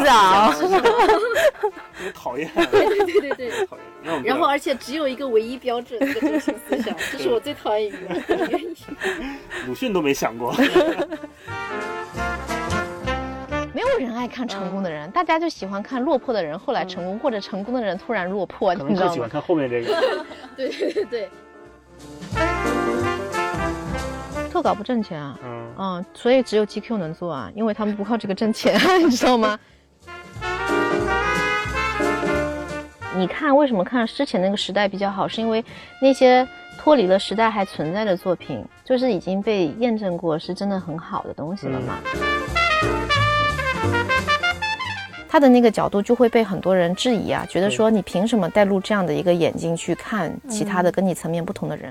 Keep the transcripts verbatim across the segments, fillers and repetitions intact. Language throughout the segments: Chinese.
早， 你讨厌。 对对对对对。 讨厌。 然后而且只有一个唯一标准，一个中心思想，这是我最讨厌语文的原因。 鲁迅都没想过。 没有人爱看成功的人，嗯、大家就喜欢看落魄的人后来成功，嗯、或者成功的人突然落魄， 可能更喜欢看后面这个。 对对对对。 特稿不挣钱啊， 嗯嗯，所以只有 G Q 能做啊，因为他们不靠这个挣钱，你知道吗？你看为什么看之前那个时代比较好，是因为那些脱离了时代还存在的作品，就是已经被验证过是真的很好的东西了嘛。嗯、他的那个角度就会被很多人质疑啊，觉得说你凭什么带入这样的一个眼睛去看其他的跟你层面不同的人。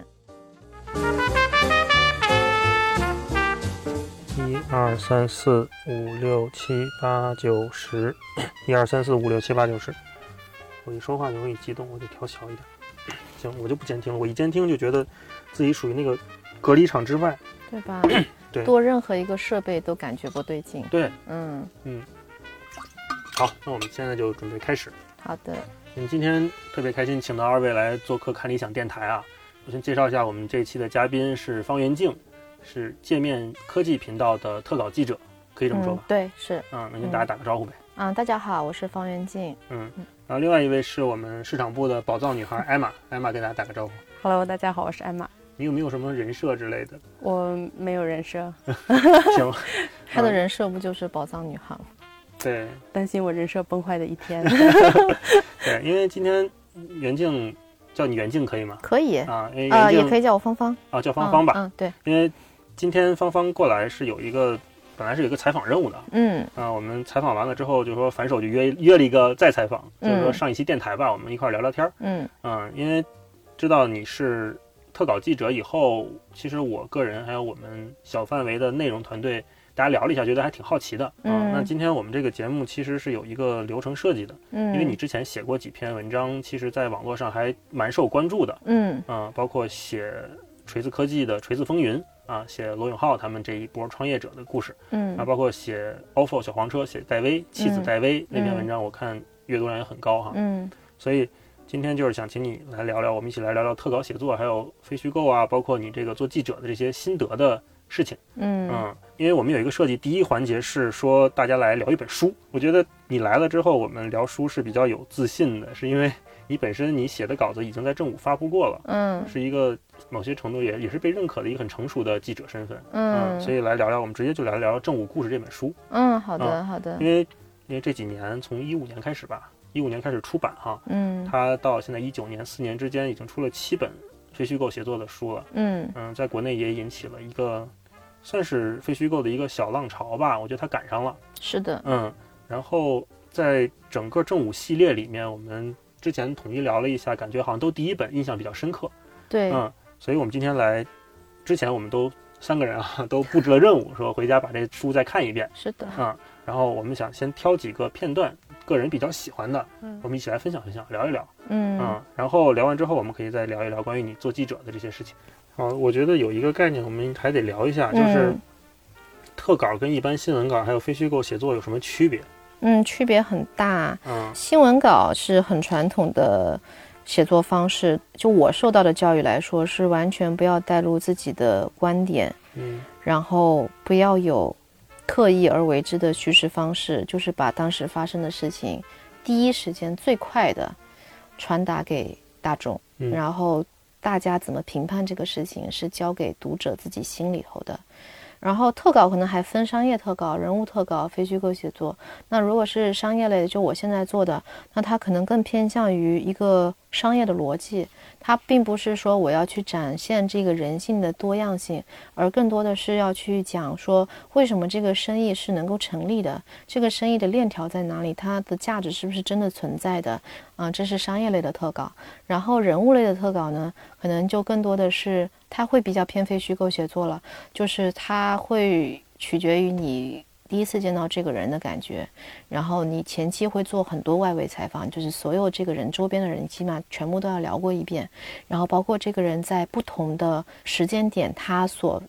一二三四五六七八九十，一二三四五六七八九十。我一说话就容易激动，我得调小一点。行，我就不监听了。我一监听就觉得自己属于那个隔离场之外， 对吧？ 对， 多任何一个设备都感觉不对劲。 对， 嗯嗯。好，那我们现在就准备开始。 好的。 嗯，今天特别开心，请到二位来做客看理想电台啊。我先介绍一下，我们这期的嘉宾是方元静。是界面科技频道的特稿记者，可以这么说吧？ 嗯、对，是。 嗯，那跟大家打个招呼呗。 嗯，嗯大家好，我是方元静。 嗯，然后另外一位是我们市场部的宝藏女孩艾玛，艾玛跟大家打个招呼。 Hello， 大家好，我是艾玛。 你有没有什么人设之类的？ 我没有人设。 行。 她的人设不就是宝藏女孩吗？ 对。 担心我人设崩坏的一天。 对，因为今天元静叫你元静可以吗？ 可以啊，因为呃也可以叫我芳芳啊，叫芳芳吧。 嗯，嗯对， 因为。今天芳芳过来是有一个，本来是有一个采访任务的， 嗯啊，我们采访完了之后，就说反手就约约了一个再采访，就是说上一期电台吧，我们一块聊聊天， 嗯嗯，因为知道你是特稿记者以后，其实我个人还有我们小范围的内容团队，大家聊了一下，觉得还挺好奇的，啊、 嗯， 那今天我们这个节目其实是有一个流程设计的， 嗯， 因为你之前写过几篇文章，其实在网络上还蛮受关注的， 嗯， 啊，包括写锤子科技的锤子风云。啊，写罗永浩他们这一波创业者的故事， 嗯， 啊，包括写 O F O 小黄车，写戴威妻子戴威、 嗯、 那篇文章，我看阅读量也很高哈， 嗯， 所以今天就是想请你来聊聊，我们一起来聊聊特稿写作，还有非虚构啊，包括你这个做记者的这些心得的事情， 嗯嗯，因为我们有一个设计，第一环节是说大家来聊一本书，我觉得你来了之后，我们聊书是比较有自信的，是因为你本身你写的稿子已经在正午发布过了， 嗯， 是一个某些程度也也是被认可的一个很成熟的记者身份， 嗯， 嗯所以来聊聊，我们直接就来聊聊《正午故事》这本书。 嗯，好的、 嗯、 好的。 因为因为这几年从一五年开始吧，一五年开始出版哈， 嗯， 它到现在一九年四年之间已经出了七本非虚构写作的书了， 嗯嗯，在国内也引起了一个算是非虚构的一个小浪潮吧，我觉得它赶上了。 是的， 嗯，然后在整个正午系列里面，我们之前统一聊了一下，感觉好像都第一本印象比较深刻。 对， 嗯，所以我们今天来之前，我们都三个人啊都布置了任务，说回家把这书再看一遍。 是的， 嗯，然后我们想先挑几个片段，个人比较喜欢的， 嗯， 我们一起来分享分享，聊一聊。 嗯嗯，然后聊完之后，我们可以再聊一聊关于你做记者的这些事情。好，我觉得有一个概念我们还得聊一下，就是嗯特稿跟一般新闻稿还有非虚构写作有什么区别？ 嗯，区别很大。 嗯， 新闻稿是很传统的写作方式，就我受到的教育来说，是完全不要带入自己的观点， 嗯， 然后不要有刻意而为之的叙事方式，就是把当时发生的事情第一时间最快的传达给大众， 嗯， 然后大家怎么评判这个事情是交给读者自己心里头的。然后特稿可能还分商业特稿、人物特稿、非虚构写作。那如果是商业类的，就我现在做的，那它可能更偏向于一个商业的逻辑，它并不是说我要去展现这个人性的多样性，而更多的是要去讲说为什么这个生意是能够成立的，这个生意的链条在哪里，它的价值是不是真的存在的。嗯、呃，这是商业类的特稿。然后人物类的特稿呢，可能就更多的是它会比较偏非虚构写作了，就是它会取决于你第一次见到这个人的感觉，然后你前期会做很多外围采访，就是所有这个人周边的人起码全部都要聊过一遍，然后包括这个人在不同的时间点他所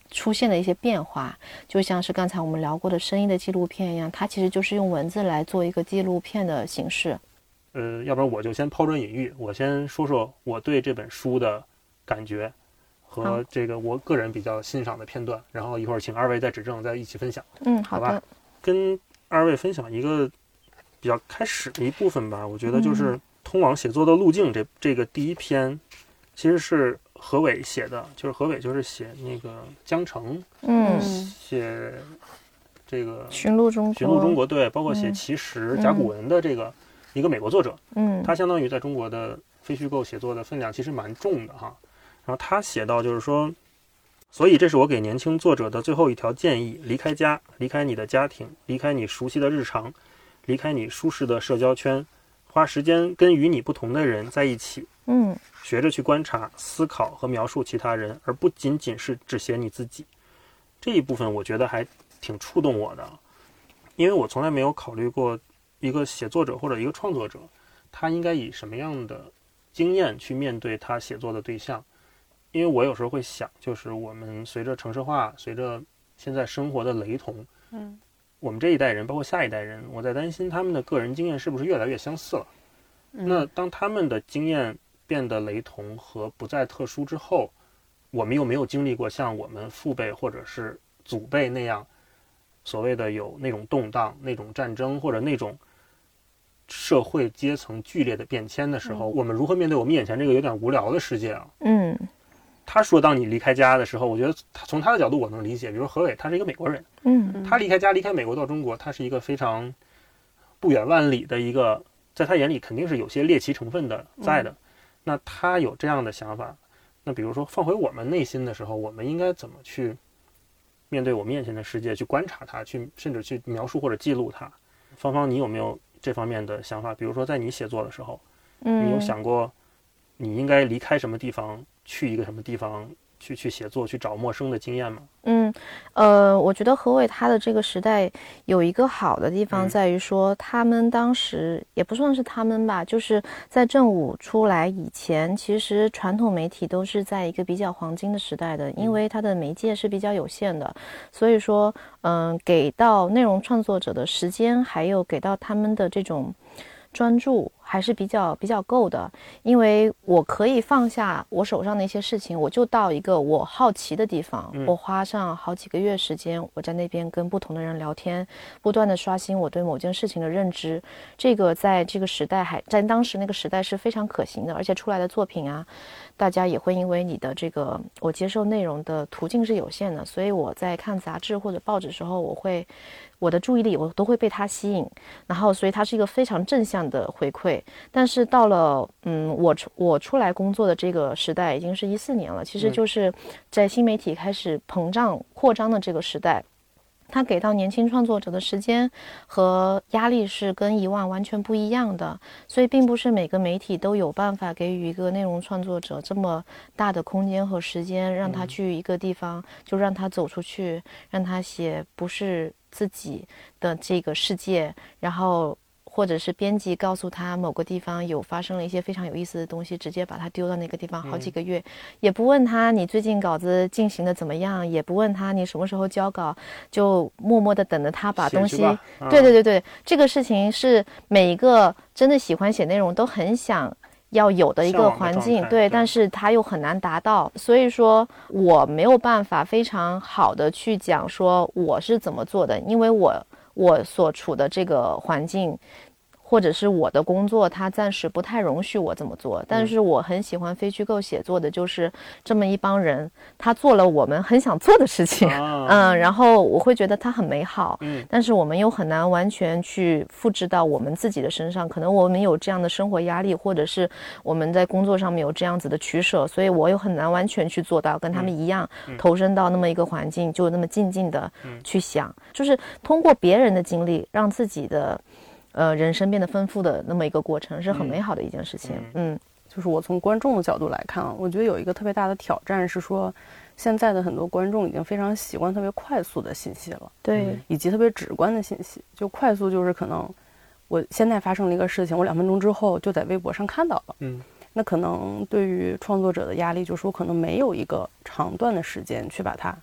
出现的一些变化，就像是刚才我们聊过的声音的纪录片一样，它其实就是用文字来做一个纪录片的形式。 呃，要不然我就先抛砖引玉，我先说说我对这本书的感觉和这个我个人比较欣赏的片段，然后一会儿请二位再指正，再一起分享。 嗯，好的。 好吧，跟二位分享一个比较开始的一部分吧。我觉得就是通往写作的路径这这个第一篇，其实是何伟写的，就是何伟就是写那个江城， 嗯， 写这个寻路中国， 寻路中国，对，包括写奇石、甲骨文的这个一个美国作者， 嗯， 他相当于在中国的非虚构写作的分量其实蛮重的哈。然后他写到就是说，所以这是我给年轻作者的最后一条建议：离开家，离开你的家庭，离开你熟悉的日常，离开你舒适的社交圈，花时间跟与你不同的人在一起， 嗯， 学着去观察、思考和描述其他人，而不仅仅是只写你自己。这一部分我觉得还挺触动我的，因为我从来没有考虑过一个写作者或者一个创作者，他应该以什么样的经验去面对他写作的对象。因为我有时候会想，就是我们随着城市化，随着现在生活的雷同， 嗯， 我们这一代人包括下一代人，我在担心他们的个人经验是不是越来越相似了。 嗯、 那当他们的经验变得雷同和不再特殊之后，我们又没有经历过像我们父辈或者是祖辈那样所谓的有那种动荡、那种战争或者那种社会阶层剧烈的变迁的时候，嗯、我们如何面对我们眼前这个有点无聊的世界啊？ 嗯， 他说当你离开家的时候，我觉得从他的角度我能理解。比如何伟，他是一个美国人， 嗯， 他离开家离开美国到中国，他是一个非常不远万里的一个，在他眼里肯定是有些猎奇成分的在的。嗯、那他有这样的想法，那比如说放回我们内心的时候，我们应该怎么去面对我们眼前的世界，去观察它，去甚至去描述或者记录它？芳芳，你有没有这方面的想法？比如说在你写作的时候， 嗯， 你有想过你应该离开什么地方，去一个什么地方去去写作，去找陌生的经验吗？ 嗯，呃，我觉得何伟他的这个时代有一个好的地方在于说，他们当时也不算是他们吧，就是在正午出来以前，其实传统媒体都是在一个比较黄金的时代的，因为它的媒介是比较有限的，所以说，嗯、呃，给到内容创作者的时间，还有给到他们的这种专注还是比较比较够的，因为我可以放下我手上的一些事情，我就到一个我好奇的地方， 嗯、 我花上好几个月时间，我在那边跟不同的人聊天，不断的刷新我对某件事情的认知。这个在这个时代还在当时那个时代是非常可行的，而且出来的作品啊，大家也会因为你的这个我接受内容的途径是有限的，所以我在看杂志或者报纸的时候，我会我的注意力我都会被它吸引，然后所以它是一个非常正向的回馈。但是到了嗯我我出来工作的这个时代已经是一四年了，其实就是在新媒体开始膨胀扩张的这个时代，它给到年轻创作者的时间和压力是跟以往完全不一样的，所以并不是每个媒体都有办法给予一个内容创作者这么大的空间和时间，让他去一个地方，就让他走出去，让他写不是自己的这个世界，然后或者是编辑告诉他某个地方有发生了一些非常有意思的东西，直接把他丢到那个地方好几个月，嗯、也不问他你最近稿子进行的怎么样，也不问他你什么时候交稿，就默默的等着他把东西。 啊、 对对对对，这个事情是每一个真的喜欢写内容都很想要有的一个环境，对， 对， 但是他又很难达到，所以说我没有办法非常好的去讲说我是怎么做的，因为我我所处的这个环境或者是我的工作它暂时不太容许我这么做，但是我很喜欢非虚构写作的就是这么一帮人，他做了我们很想做的事情、啊、嗯，然后我会觉得它很美好， 嗯， 但是我们又很难完全去复制到我们自己的身上，可能我们有这样的生活压力，或者是我们在工作上面有这样子的取舍，所以我又很难完全去做到跟他们一样、嗯、投身到那么一个环境，就那么静静的去想、嗯、就是通过别人的经历让自己的呃，人生变得丰富的那么一个过程，是很美好的一件事情。嗯， 嗯就是我从观众的角度来看，我觉得有一个特别大的挑战是说，现在的很多观众已经非常习惯特别快速的信息了， 对， 以及特别直观的信息。就快速就是可能我现在发生了一个事情，我两分钟之后就在微博上看到了。 嗯， 那可能对于创作者的压力，就是我可能没有一个长段的时间去把它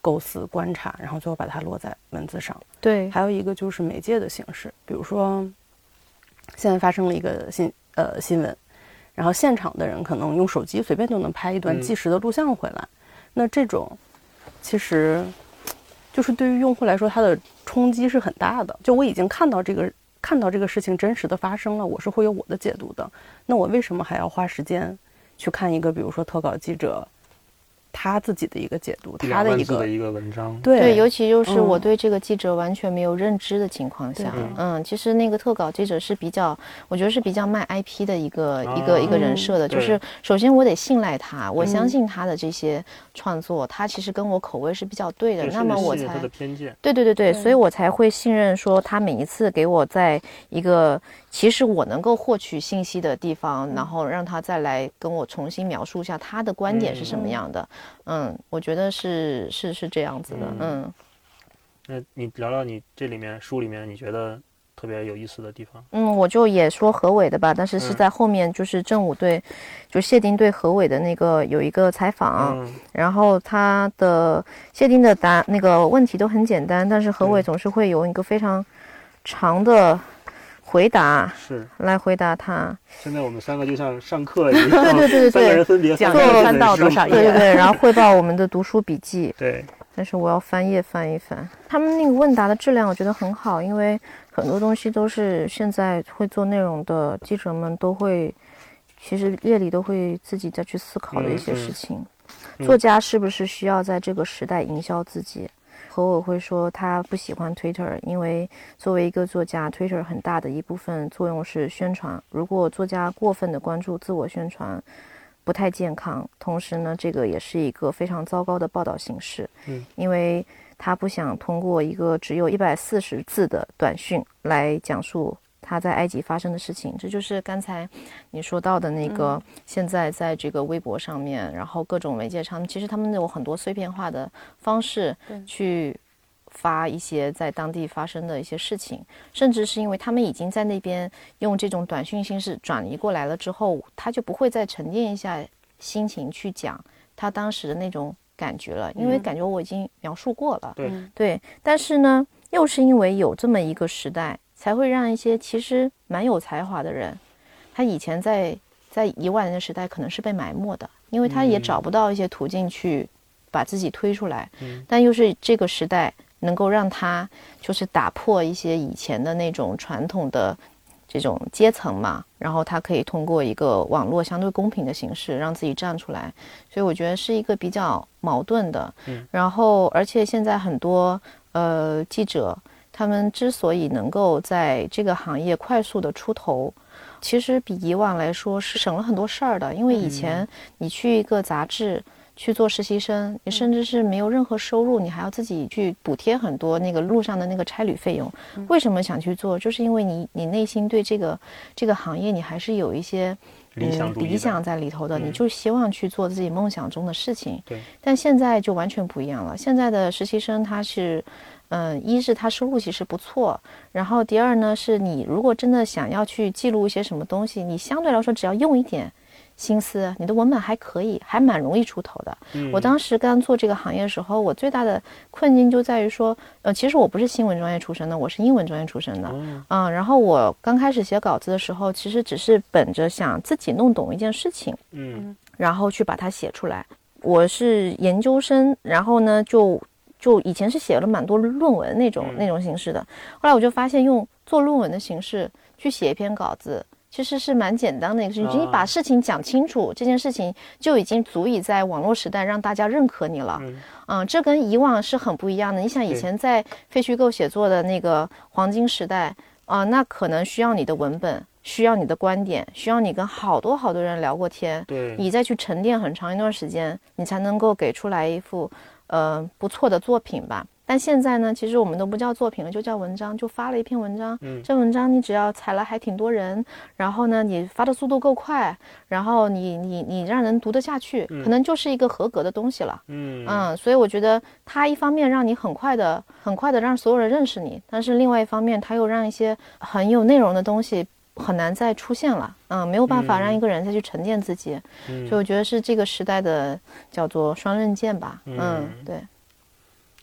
构思、观察，然后最后把它落在文字上。 对， 还有一个就是媒介的形式，比如说现在发生了一个新呃新闻，然后现场的人可能用手机随便就能拍一段即时的录像回来，嗯、那这种其实就是对于用户来说，它的冲击是很大的。就我已经看到这个看到这个事情真实的发生了，我是会有我的解读的。那我为什么还要花时间去看一个，比如说特稿记者他自己的一个解读，他的一个的一个文章？ 对，对，尤其就是我对这个记者完全没有认知的情况下， 嗯， 嗯，其实那个特稿记者是比较，我觉得是比较卖 I P 的一个、啊、一个一个人设的，就是首先我得信赖他，我相信他的这些创作，他其实跟我口味是比较对的，那么我才他的偏见， 对对对对，所以我才会信任说他每一次给我在一个其实我能够获取信息的地方，然后让他再来跟我重新描述一下他的观点是什么样的。嗯嗯，我觉得是是是这样子的，嗯。 嗯那你聊聊你这里面书里面你觉得特别有意思的地方？ 嗯，我就也说何伟的吧，但是是在后面，就是正午对，嗯、就谢丁对何伟的那个有一个采访，嗯、然后他的谢丁的答那个问题都很简单，但是何伟总是会有一个非常长的回答， 是来回答他。 现在我们三个就像上课一样， 对对对对， 三个人分别讲翻到多少页， 对对对，然后汇报我们的读书笔记。 对， 但是我要翻页翻一翻。他们那个问答的质量我觉得很好，因为很多东西都是现在会做内容的记者们都会，其实夜里都会自己再去思考的一些事情。嗯嗯、作家是不是需要在这个时代营销自己？何伟会说他不喜欢 Twitter， 因为作为一个作家 Twitter 很大的一部分作用是宣传，如果作家过分的关注自我宣传不太健康，同时呢这个也是一个非常糟糕的报道形式， 嗯， 因为他不想通过一个只有一百四十字的短讯来讲述他在埃及发生的事情。这就是刚才你说到的那个、嗯、现在在这个微博上面，然后各种媒介上，其实他们有很多碎片化的方式去发一些在当地发生的一些事情，甚至是因为他们已经在那边用这种短讯形式转移过来了之后，他就不会再沉淀一下心情去讲他当时的那种感觉了，因为感觉我已经描述过了、 嗯、 对对，但是呢又是因为有这么一个时代，才会让一些其实蛮有才华的人，他以前在在一万年的时代可能是被埋没的，因为他也找不到一些途径去把自己推出来、嗯、但又是这个时代能够让他就是打破一些以前的那种传统的这种阶层嘛，然后他可以通过一个网络相对公平的形式让自己站出来，所以我觉得是一个比较矛盾的、 嗯、 然后而且现在很多呃记者他们之所以能够在这个行业快速的出头，其实比以往来说是省了很多事儿的，因为以前你去一个杂志去做实习生，你甚至是没有任何收入，你还要自己去补贴很多那个路上的那个差旅费用。为什么想去做？就是因为你你内心对这个这个行业你还是有一些理想、 嗯、理想在里头的、嗯、你就希望去做自己梦想中的事情。 对， 但现在就完全不一样了，现在的实习生他是嗯，一是他收入其实不错，然后第二呢是你如果真的想要去记录一些什么东西，你相对来说只要用一点心思，你的文本还可以，还蛮容易出头的、嗯、我当时刚做这个行业的时候，我最大的困境就在于说呃，其实我不是新闻专业出身的，我是英文专业出身的、 嗯嗯、然后我刚开始写稿子的时候，其实只是本着想自己弄懂一件事情， 嗯， 然后去把它写出来。我是研究生，然后呢就就以前是写了蛮多论文那种、嗯、那种形式的，后来我就发现用做论文的形式去写一篇稿子其实是蛮简单的一个事情、啊、你把事情讲清楚，这件事情就已经足以在网络时代让大家认可你了。嗯，嗯这跟以往是很不一样的。你想以前在非虚构写作的那个黄金时代啊、呃，那可能需要你的文本，需要你的观点，需要你跟好多好多人聊过天， 对， 你再去沉淀很长一段时间，你才能够给出来一幅呃不错的作品吧。但现在呢，其实我们都不叫作品了，就叫文章，就发了一篇文章、嗯、这文章你只要踩了还挺多人，然后呢你发的速度够快，然后你你你让人读得下去、嗯、可能就是一个合格的东西了。嗯嗯，所以我觉得它一方面让你很快的很快的让所有人认识你，但是另外一方面它又让一些很有内容的东西很难再出现了。嗯，没有办法让一个人再去沉淀自己、嗯、所以我觉得是这个时代的叫做双刃剑吧。 嗯, 嗯对。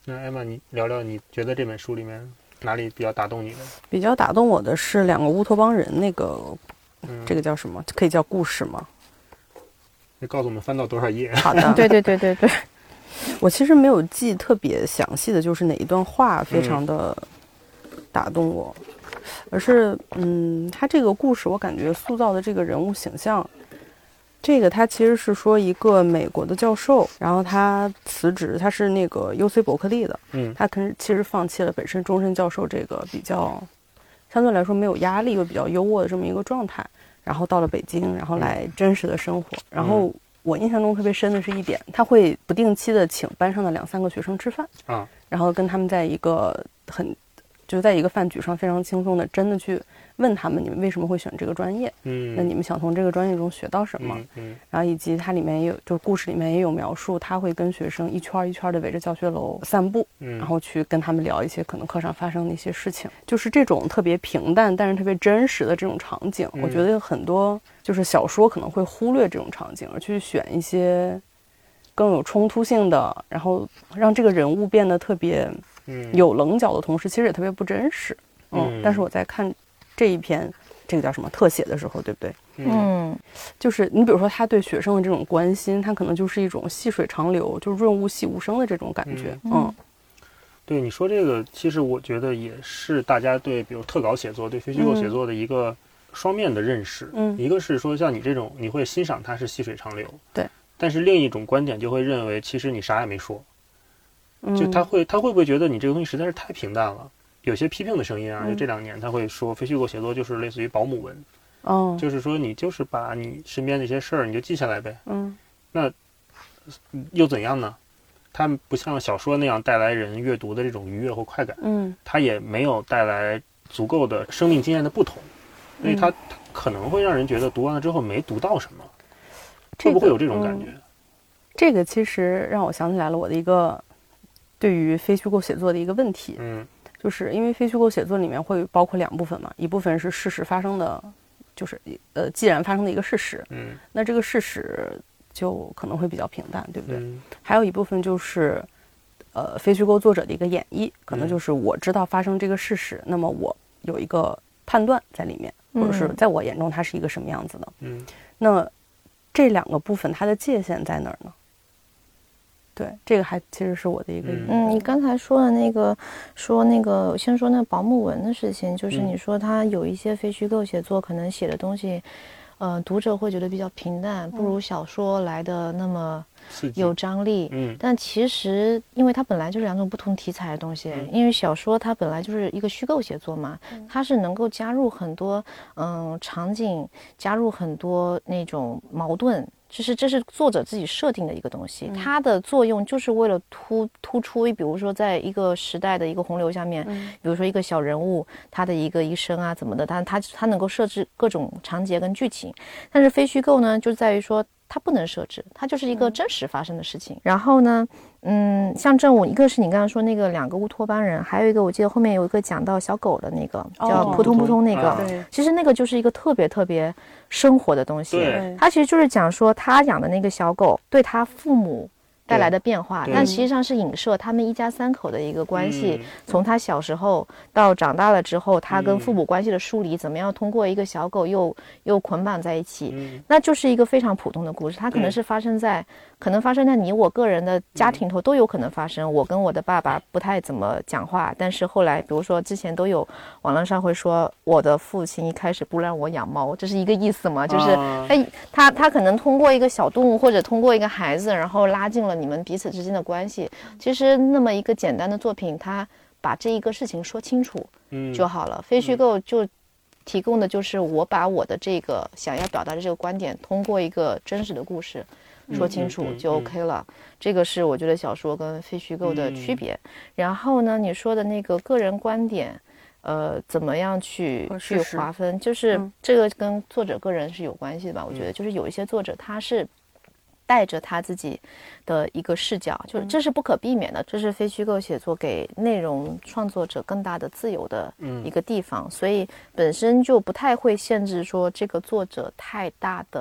那艾玛，你聊聊你觉得这本书里面哪里比较打动你的？ 比较打动我的是两个乌托邦人，那个、 嗯、 这个叫什么？可以叫故事吗？ 你告诉我们翻到多少页？ 好的， 对对对对对。 我其实没有记特别详细的就是哪一段话非常的打动我，嗯、而是嗯，他这个故事我感觉塑造的这个人物形象，这个他其实是说一个美国的教授，然后他辞职，他是那个 U C 伯克利的， 嗯， 他可能其实放弃了本身终身教授这个比较相对来说没有压力又比较优渥的这么一个状态，然后到了北京，然后来真实的生活，然后。我印象中特别深的是一点，他会不定期的请班上的两三个学生吃饭啊， 然后跟他们在一个很就在一个饭局上非常轻松的真的去问他们你们为什么会选这个专业， 嗯， 那你们想从这个专业中学到什么， 嗯嗯， 然后以及它里面也有就是故事里面也有描述，他会跟学生一圈一圈的围着教学楼散步， 嗯， 然后去跟他们聊一些可能课上发生的一些事情，就是这种特别平淡但是特别真实的这种场景， 嗯、 我觉得有很多就是小说可能会忽略这种场景，而去选一些更有冲突性的，然后让这个人物变得特别有棱角的同时，其实也特别不真实。嗯，嗯但是我在看这一篇这个叫什么特写的时候，对不对？ 嗯， 就是你比如说他对学生的这种关心，他可能就是一种细水长流，就是润物细无声的这种感觉。嗯，嗯对你说这个，其实我觉得也是大家对比如特稿写作、对非虚构写作的一个双面的认识。嗯，一个是说像你这种，你会欣赏它是细水长流， 对。 但是另一种观点就会认为，其实你啥也没说。就他会他会不会觉得你这个东西实在是太平淡了？有些批评的声音啊，就这两年他会说非虚构写作就是类似于保姆文，哦，就是说你就是把你身边的一些事儿你就记下来呗，嗯，那又怎样呢？它不像小说那样带来人阅读的这种愉悦或快感，嗯，它也没有带来足够的生命经验的不同，所以它可能会让人觉得读完了之后没读到什么，会不会有这种感觉？ 嗯，这个其实让我想起来了我的一个对于非虚构写作的一个问题，嗯。就是因为非虚构写作里面会包括两部分嘛，一部分是事实发生的，就是呃既然发生的一个事实，嗯，那这个事实就可能会比较平淡，对不对？嗯，还有一部分就是呃非虚构作者的一个演绎，可能就是我知道发生这个事实，嗯，那么我有一个判断在里面，或者是在我眼中它是一个什么样子的，嗯，那这两个部分它的界限在哪儿呢？对，这个还其实是我的一个疑问。 嗯，你刚才说的那个，说那个，先说那个保姆文的事情，就是你说他有一些非虚构写作，可能写的东西，呃，读者会觉得比较平淡，不如小说来的那么有张力。嗯，但其实因为它本来就是两种不同题材的东西，嗯，因为小说它本来就是一个虚构写作嘛，嗯，它是能够加入很多嗯场景，加入很多那种矛盾。就是这是作者自己设定的一个东西，嗯，它的作用就是为了突突出，比如说在一个时代的一个洪流下面，嗯，比如说一个小人物他的一个一生啊怎么的，但他他能够设置各种情节跟剧情，但是非虚构呢，就在于说它不能设置，它就是一个真实发生的事情。嗯，然后呢，嗯，像正午，一个是你刚刚说那个两个乌托邦人，还有一个我记得后面有一个讲到小狗的那个，哦，叫扑通扑通那个，啊，其实那个就是一个特别特别生活的东西，它其实就是讲说他养的那个小狗对他父母带来的变化，但实际上是影射他们一家三口的一个关系，从他小时候到长大了之后，他跟父母关系的梳理，怎么样通过一个小狗又又捆绑在一起，嗯，那就是一个非常普通的故事，它可能是发生在可能发生在你我个人的家庭头都有可能发生。我跟我的爸爸不太怎么讲话，但是后来比如说之前都有网络上会说我的父亲一开始不让我养猫，这是一个意思吗？就是他他他可能通过一个小动物或者通过一个孩子，然后拉近了你们彼此之间的关系。其实那么一个简单的作品，他把这一个事情说清楚就好了。非虚构就提供的就是我把我的这个想要表达的这个观点通过一个真实的故事说清楚就 OK 了，嗯嗯嗯、这个是我觉得小说跟非虚构的区别。嗯、然后呢，你说的那个个人观点，呃，怎么样去去划分，就是这个跟作者个人是有关系的吧？嗯、我觉得就是有一些作者他是带着他自己的一个视角，就是这是不可避免的，这是非虚构写作给内容创作者更大的自由的一个地方，嗯、所以本身就不太会限制说这个作者太大的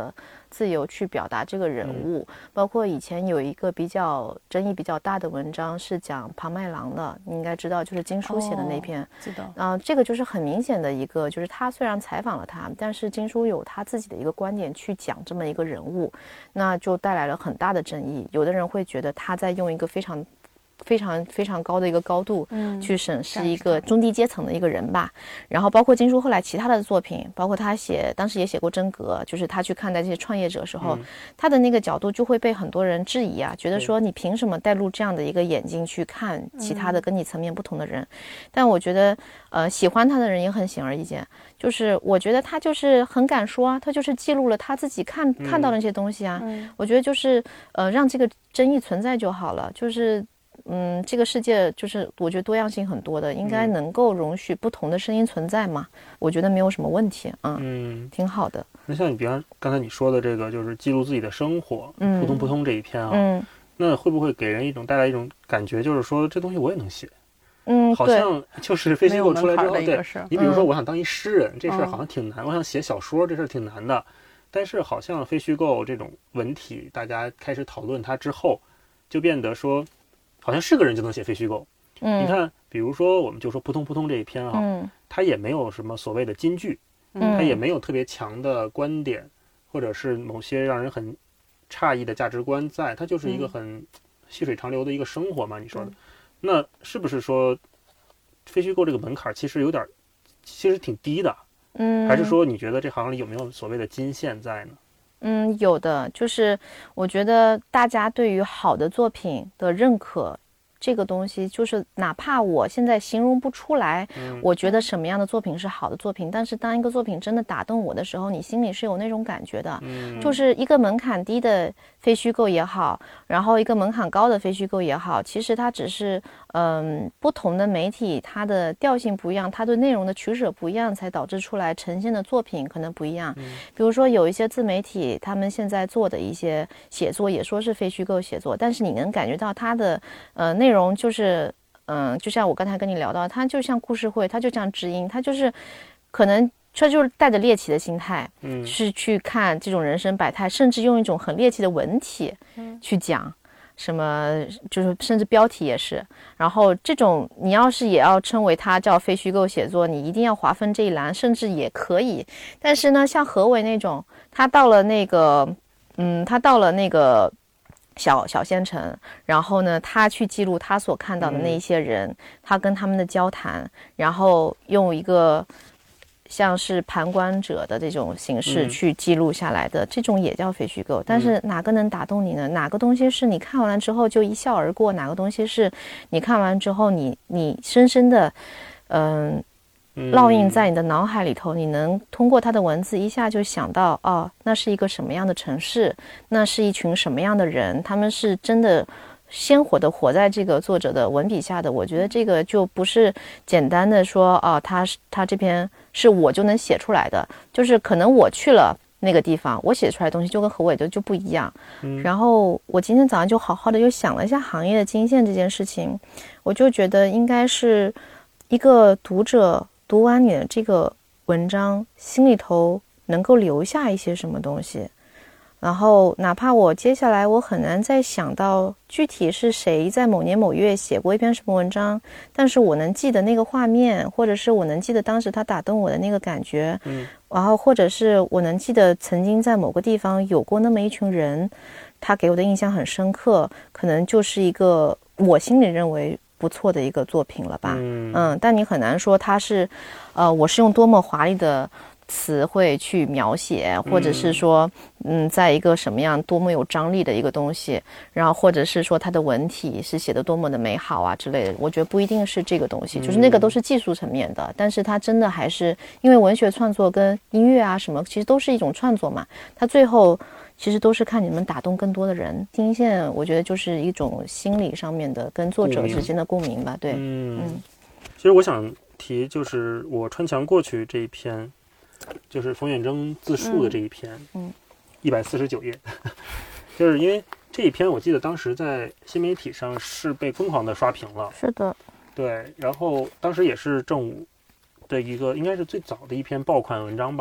自由去表达这个人物。嗯、包括以前有一个比较争议比较大的文章是讲庞麦郎的，你应该知道，就是金叔写的那篇。哦、 知道。 啊、呃，这个就是很明显的一个，就是他虽然采访了他，但是金叔有他自己的一个观点去讲这么一个人物，那就带来了很大的争议。有的人会觉得他在用一个非常。非常非常高的一个高度去审视一个中低阶层的一个人吧、嗯、然后包括金叔后来其他的作品，包括他写当时也写过真格，就是他去看待这些创业者的时候、嗯、他的那个角度就会被很多人质疑啊，觉得说你凭什么带入这样的一个眼睛去看其他的跟你层面不同的人、嗯、但我觉得呃，喜欢他的人也很显而易见，就是我觉得他就是很敢说啊，他就是记录了他自己看看到的那些东西啊、嗯、我觉得就是呃让这个争议存在就好了，就是嗯，这个世界就是我觉得多样性很多的，应该能够容许不同的声音存在嘛、嗯、我觉得没有什么问题啊，嗯，挺好的。 那像你比方刚才你说的这个就是记录自己的生活，嗯，扑通扑通这一篇啊， 嗯， 那会不会给人一种带来一种感觉，就是说这东西我也能写， 嗯， 好像就是非虚构出来之后，对，你比如说我想当一诗人、嗯、这事儿好像挺难、嗯、我想写小说这事儿挺难的，但是好像非虚构这种文体大家开始讨论它之后，就变得说好像是个人就能写非虚构。嗯，你看比如说我们就说扑通扑通这一篇啊，嗯，它也没有什么所谓的金句，嗯，它也没有特别强的观点或者是某些让人很诧异的价值观在，它就是一个很细水长流的一个生活嘛，你说的、嗯、那是不是说非虚构这个门槛其实有点其实挺低的，嗯，还是说你觉得这行里有没有所谓的金线在呢？ 嗯，有的，就是我觉得大家对于好的作品的认可这个东西，就是哪怕我现在形容不出来、嗯、我觉得什么样的作品是好的作品，但是当一个作品真的打动我的时候，你心里是有那种感觉的、嗯、就是一个门槛低的非虚构也好，然后一个门槛高的非虚构也好，其实它只是嗯，不同的媒体它的调性不一样，它对内容的取舍不一样，才导致出来呈现的作品可能不一样、嗯、比如说有一些自媒体他们现在做的一些写作也说是非虚构写作，但是你能感觉到它的呃内容就是嗯，就像我刚才跟你聊到，它就像故事会，它就像知音，它就是可能这就是带着猎奇的心态，嗯，是去看这种人生百态，甚至用一种很猎奇的文体去讲、嗯、什么，就是甚至标题也是。然后这种你要是也要称为它叫非虚构写作，你一定要划分这一栏，甚至也可以。但是呢，像何为那种，他到了那个，嗯，他到了那个。小小县城，然后呢他去记录他所看到的那一些人、嗯、他跟他们的交谈，然后用一个像是旁观者的这种形式去记录下来的、嗯、这种也叫非虚构。但是哪个能打动你呢？哪个东西是你看完了之后就一笑而过，哪个东西是你看完之后你你深深的嗯烙印在你的脑海里头，你能通过他的文字一下就想到，哦，那是一个什么样的城市，那是一群什么样的人，他们是真的鲜活的活在这个作者的文笔下的。我觉得这个就不是简单的说，哦，他他这篇是我就能写出来的，就是可能我去了那个地方，我写出来的东西就跟何伟的就不一样、嗯、然后我今天早上就好好的又想了一下行业的金线这件事情，我就觉得应该是一个读者读完你的这个文章，心里头能够留下一些什么东西，然后哪怕我接下来我很难再想到具体是谁在某年某月写过一篇什么文章，但是我能记得那个画面，或者是我能记得当时他打动我的那个感觉，嗯，然后或者是我能记得曾经在某个地方有过那么一群人，他给我的印象很深刻，可能就是一个我心里认为不错的一个作品了吧。 嗯, 嗯但你很难说它是呃，我是用多么华丽的词汇去描写，或者是说嗯，在一个什么样多么有张力的一个东西，然后或者是说它的文体是写得多么的美好啊之类的，我觉得不一定是这个东西，就是那个都是技术层面的、嗯、但是它真的还是因为文学创作跟音乐啊什么其实都是一种创作嘛，它最后其实都是看你们打动更多的人。金线我觉得就是一种心理上面的跟作者之间的共鸣吧。对， 嗯, 嗯其实我想提就是我穿墙过去这一篇，就是冯远征自述的这一篇，嗯，一百四十九页，就是因为这一篇我记得当时在新媒体上是被疯狂的刷屏了。 是的， 对，然后当时也是正午的一个应该是最早的一篇爆款文章吧，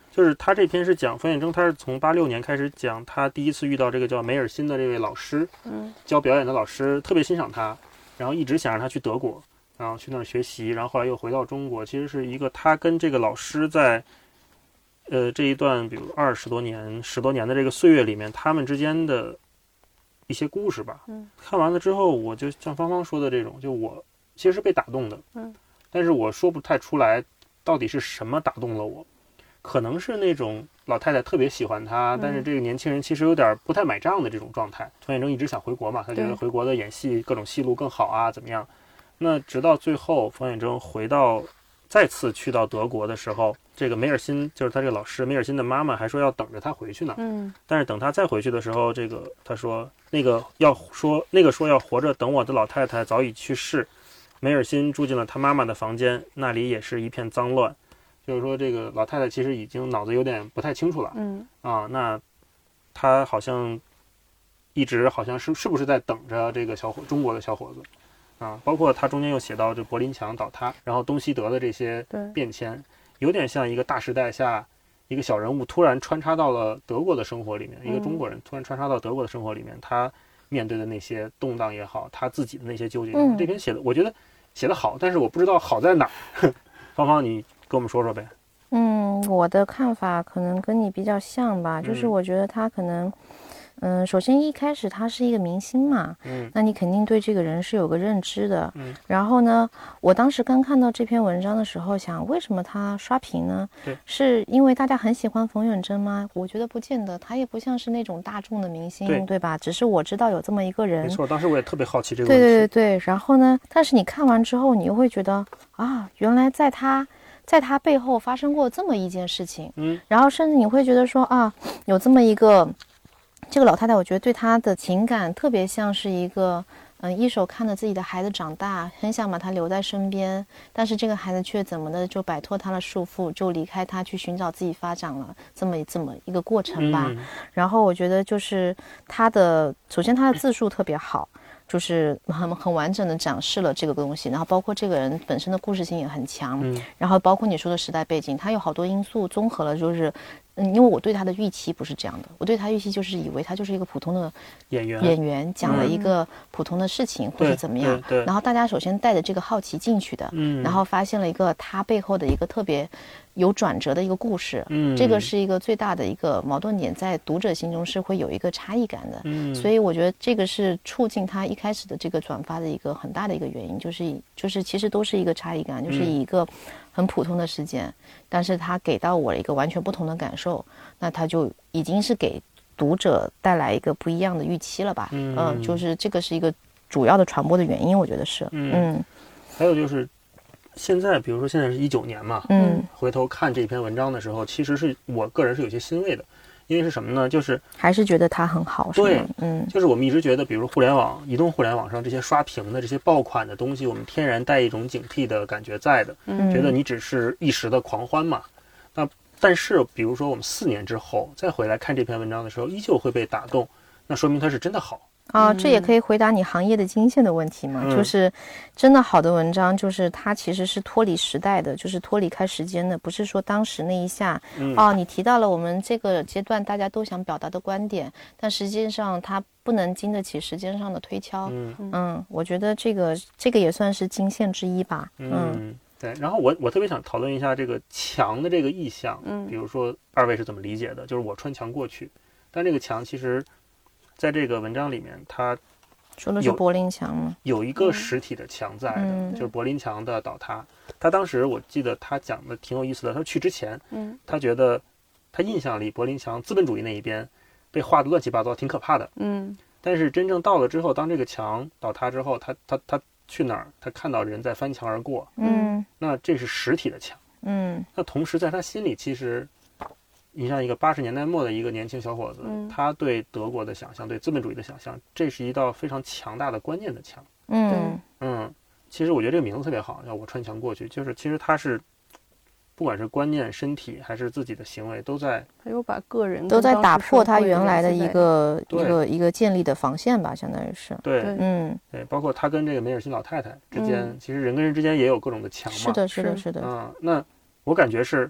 就是他这篇是讲冯远征，他是从八六年开始讲他第一次遇到这个叫梅尔辛的这位老师， 嗯， 教表演的老师，特别欣赏他，然后一直想让他去德国，然后去那儿学习，然后后来又回到中国。其实是一个他跟这个老师在，呃这一段比如二十多年、十多年的这个岁月里面，他们之间的一些故事吧。 嗯， 看完了之后，我就像芳芳说的这种，就我其实是被打动的， 嗯， 但是我说不太出来到底是什么打动了我。可能是那种老太太特别喜欢他，但是这个年轻人其实有点不太买账的这种状态。冯远征一直想回国嘛，他觉得回国的演戏各种戏路更好啊，怎么样？那直到最后，冯远征回到再次去到德国的时候，这个梅尔辛就是他这个老师，梅尔辛的妈妈还说要等着他回去呢。 嗯， 但是等他再回去的时候，这个他说那个要说那个说要活着等我的老太太早已去世。梅尔辛住进了他妈妈的房间，那里也是一片脏乱。就是说，这个老太太其实已经脑子有点不太清楚了， 嗯啊，那她好像一直好像是是不是在等着这个小伙中国的小伙子啊？包括他中间又写到这柏林墙倒塌，然后东西德的这些变迁，有点像一个大时代下一个小人物突然穿插到了德国的生活里面，一个中国人突然穿插到德国的生活里面，他面对的那些动荡也好，他自己的那些纠结， 嗯、 这篇写的我觉得写得好，但是我不知道好在哪儿。芳芳，你跟我们说说呗。 嗯，我的看法可能跟你比较像吧，就是我觉得他可能，嗯，首先一开始他是一个明星嘛， 嗯， 那你肯定对这个人是有个认知的， 嗯， 然后呢，我当时刚看到这篇文章的时候，想为什么他刷屏呢？ 对， 是因为大家很喜欢冯远征吗？我觉得不见得，他也不像是那种大众的明星， 对， 对吧？只是我知道有这么一个人， 没错，当时我也特别好奇这个问题。 对对对对，然后呢，但是你看完之后，你又会觉得啊，原来在他。在他背后发生过这么一件事情， 嗯， 然后甚至你会觉得说啊，有这么一个这个老太太，我觉得对她的情感特别像是一个，嗯、呃，一手看着自己的孩子长大，很想把他留在身边，但是这个孩子却怎么的就摆脱他的束缚，就离开他去寻找自己发展了，这么这么一个过程吧。 嗯、 然后我觉得就是他的，首先他的字数特别好。就是很很完整的展示了这个东西，然后包括这个人本身的故事性也很强， 嗯， 然后包括你说的时代背景，它有好多因素综合了，就是嗯，因为我对他的预期不是这样的，我对他预期就是以为他就是一个普通的演员， 演员讲了一个普通的事情、嗯、或者怎么样， 对对， 然后大家首先带着这个好奇进去的， 嗯， 然后发现了一个他背后的一个特别有转折的一个故事， 嗯， 这个是一个最大的一个矛盾点，在读者心中是会有一个差异感的， 嗯， 所以我觉得这个是促进他一开始的这个转发的一个很大的一个原因，就是就是其实都是一个差异感，就是以一个很普通的事件，嗯、但是他给到我一个完全不同的感受，那他就已经是给读者带来一个不一样的预期了吧，嗯、呃，就是这个是一个主要的传播的原因，我觉得是，嗯， 嗯还有就是。现在，比如说现在是一九年嘛， 嗯， 回头看这篇文章的时候，其实是我个人是有些欣慰的，因为是什么呢？就是还是觉得它很好，是吗？ 对， 嗯， 就是我们一直觉得，比如互联网、移动互联网上这些刷屏的这些爆款的东西，我们天然带一种警惕的感觉在的， 嗯， 觉得你只是一时的狂欢嘛。那但是，比如说我们四年之后再回来看这篇文章的时候，依旧会被打动，那说明它是真的好。 啊，这也可以回答你行业的经线的问题嘛， 嗯、 就是真的好的文章，就是它其实是脱离时代的，就是脱离开时间的，不是说当时那一下， 嗯、 哦，你提到了我们这个阶段大家都想表达的观点，但实际上它不能经得起时间上的推敲。 嗯嗯，我觉得这个这个也算是经线之一吧。 嗯，嗯对。然后我我特别想讨论一下这个墙的这个意象，嗯，比如说二位是怎么理解的？就是我穿墙过去，但这个墙其实。在这个文章里面，它说的是柏林墙吗？ 有一个实体的墙在的， 嗯、 就是柏林墙的倒塌。他当时我记得他讲的挺有意思的，他去之前， 嗯， 他觉得他印象里柏林墙资本主义那一边被画得乱七八糟，挺可怕的， 嗯。 但是真正到了之后，当这个墙倒塌之后，他他他去哪儿？他看到人在翻墙而过， 嗯， 那这是实体的墙， 嗯。 那同时在他心里，其实。你像一个八十年代末的一个年轻小伙子， 嗯、 他对德国的想象，对资本主义的想象，这是一道非常强大的观念的墙。 嗯嗯，其实我觉得这个名字特别好，叫我穿墙过去，就是其实他是，不管是观念、身体还是自己的行为，都在， 他又把个人都在打破他原来的一个一个一个建立的防线吧，相当于是。 对， 嗯， 对，包括他跟这个梅尔辛老太太之间，嗯、其实人跟人之间也有各种的墙嘛。 是的，是的，是的。 嗯，那我感觉是。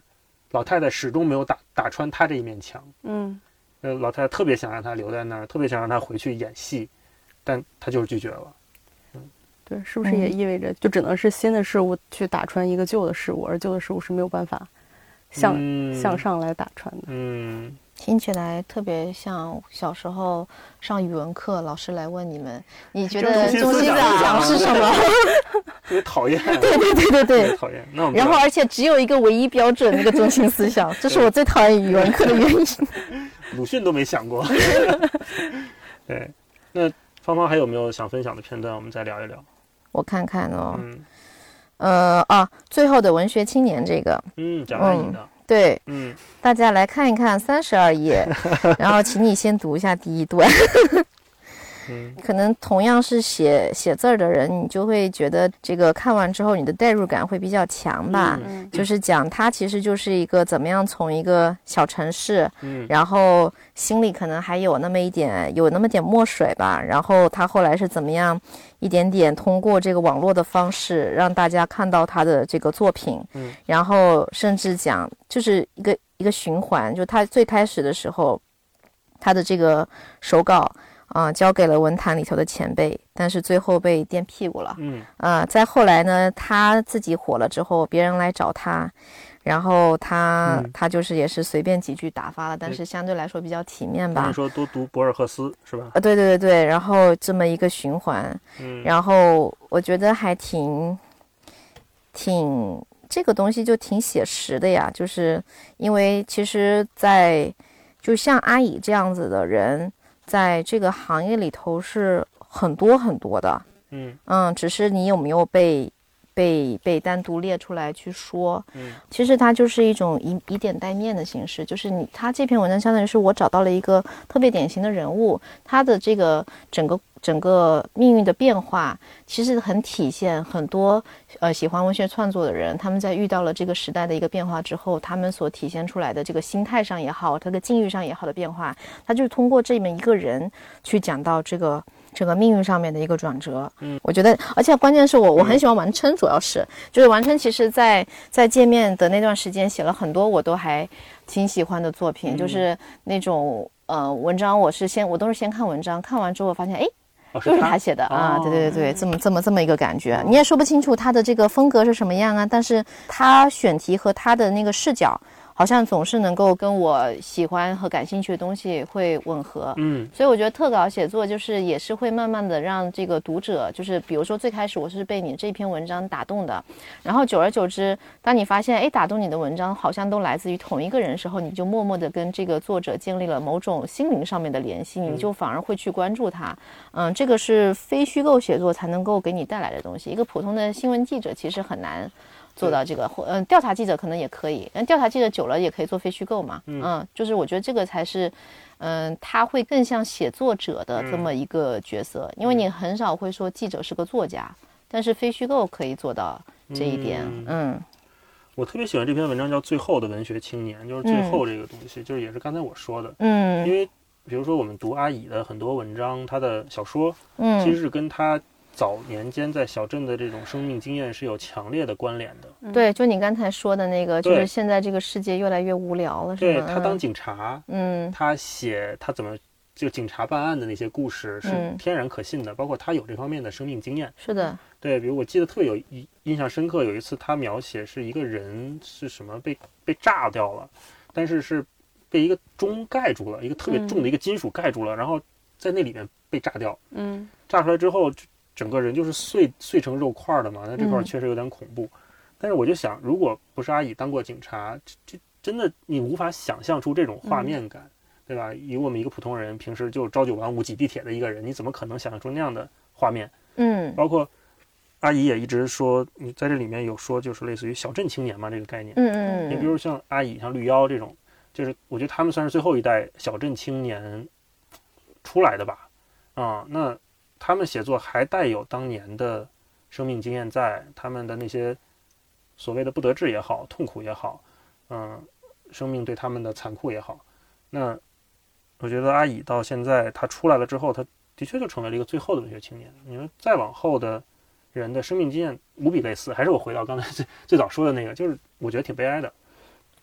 老太太始终没有打打穿他这一面墙。 嗯， 呃，老太太特别想让他留在那儿，特别想让他回去演戏，但他就是拒绝了。 对，是不是也意味着就只能是新的事物去打穿一个旧的事物，而旧的事物是没有办法向、 嗯、 向上来打穿的？ 嗯， 听起来特别像小时候上语文课，老师来问你们，你觉得中心思想是什么？ 特别讨厌。 对对对对对， 讨厌。那我们然后而且只有一个唯一标准，那个中心思想，这是我最讨厌语文课的原因。 鲁迅都没想过。对，那芳芳还有没有想分享的片段？我们再聊一聊。 我看看哦， 嗯， 呃啊，最后的文学青年这个， 嗯，讲阿姨的。 嗯对， 嗯， 大家来看一看三十二页，然后请你先读一下第一段。 嗯， 可能同样是写写字儿的人，你就会觉得这个看完之后你的代入感会比较强吧。 嗯、 就是讲他其实就是一个怎么样从一个小城市， 嗯， 然后心里可能还有那么一点有那么点墨水吧，然后他后来是怎么样一点点通过这个网络的方式让大家看到他的这个作品， 嗯， 然后甚至讲就是一个一个循环，就他最开始的时候他的这个手稿啊、呃，交给了文坛里头的前辈，但是最后被垫屁股了。 嗯， 啊、呃，再后来呢，他自己火了之后，别人来找他，然后他、嗯、他就是也是随便几句打发了，但是相对来说比较体面吧。 你说多读博尔赫斯是吧？ 啊，对对对对，然后这么一个循环， 嗯， 然后我觉得还挺挺这个东西就挺写实的呀，就是因为其实在就像阿姨这样子的人。在这个行业里头是很多很多的， 嗯嗯，只是你有没有被被被单独列出来去说， 嗯， 其实它就是一种以以点带面的形式，就是你他这篇文章相当于是我找到了一个特别典型的人物，他的这个整个整个命运的变化，其实很体现很多呃喜欢文学创作的人，他们在遇到了这个时代的一个变化之后，他们所体现出来的这个心态上也好，这个境遇上也好的变化，他就是通过这么一个人去讲到这个这个命运上面的一个转折。 嗯， 我觉得，而且关键是我我很喜欢完琛，主要是就是完琛其实在在界面的那段时间写了很多我都还挺喜欢的作品， 嗯、 就是那种呃文章，我是先我都是先看文章，看完之后发现哎。 哦、 就是他写的啊， 哦、 对对对，这么这么这么一个感觉，你也说不清楚他的这个风格是什么样啊，但是他选题和他的那个视角，好像总是能够跟我喜欢和感兴趣的东西会吻合。 嗯， 所以我觉得特稿写作就是也是会慢慢的让这个读者，就是比如说最开始我是被你这篇文章打动的，然后久而久之，当你发现哎打动你的文章好像都来自于同一个人时候，你就默默的跟这个作者建立了某种心灵上面的联系，你就反而会去关注他。嗯，这个是非虚构写作才能够给你带来的东西，一个普通的新闻记者其实很难做到这个，或嗯，调查记者可能也可以，嗯，调查记者久了也可以做非虚构嘛，嗯，嗯就是我觉得这个才是，嗯，他会更像写作者的这么一个角色，嗯、因为你很少会说记者是个作家，但是非虚构可以做到这一点，嗯。嗯我特别喜欢这篇文章叫《最后的文学青年》，就是最后这个东西，嗯、就是也是刚才我说的， 嗯， 因为比如说我们读阿乙的很多文章，他的小说，嗯，其实是跟他早年间在小镇的这种生命经验是有强烈的关联的。 对，就你刚才说的那个，就是现在这个世界越来越无聊了，是吗？对，他当警察，嗯，他写他怎么就警察办案的那些故事是天然可信的，嗯、包括他有这方面的生命经验。 是的， 对，比如我记得特别有印象深刻，有一次他描写是一个人是什么被被炸掉了，但是是被一个钟盖住了，一个特别重的一个金属盖住了，嗯、然后在那里面被炸掉，嗯，炸出来之后，整个人就是碎碎成肉块的嘛，那这块确实有点恐怖。嗯、但是我就想，如果不是阿乙当过警察，这这真的你无法想象出这种画面感，嗯、对吧？以我们一个普通人，平时就朝九晚五挤地铁的一个人，你怎么可能想象出那样的画面？嗯，包括阿乙也一直说，你在这里面有说，就是类似于小镇青年嘛这个概念，嗯嗯，你比如像阿乙、像绿妖这种。就是我觉得他们算是最后一代小镇青年出来的吧，啊、嗯，那他们写作还带有当年的生命经验在，他们的那些所谓的不得志也好，痛苦也好，嗯，生命对他们的残酷也好，那我觉得阿乙到现在他出来了之后，他的确就成为了一个最后的文学青年。你说再往后的人的生命经验无比类似，还是我回到刚才最最早说的那个，就是我觉得挺悲哀的。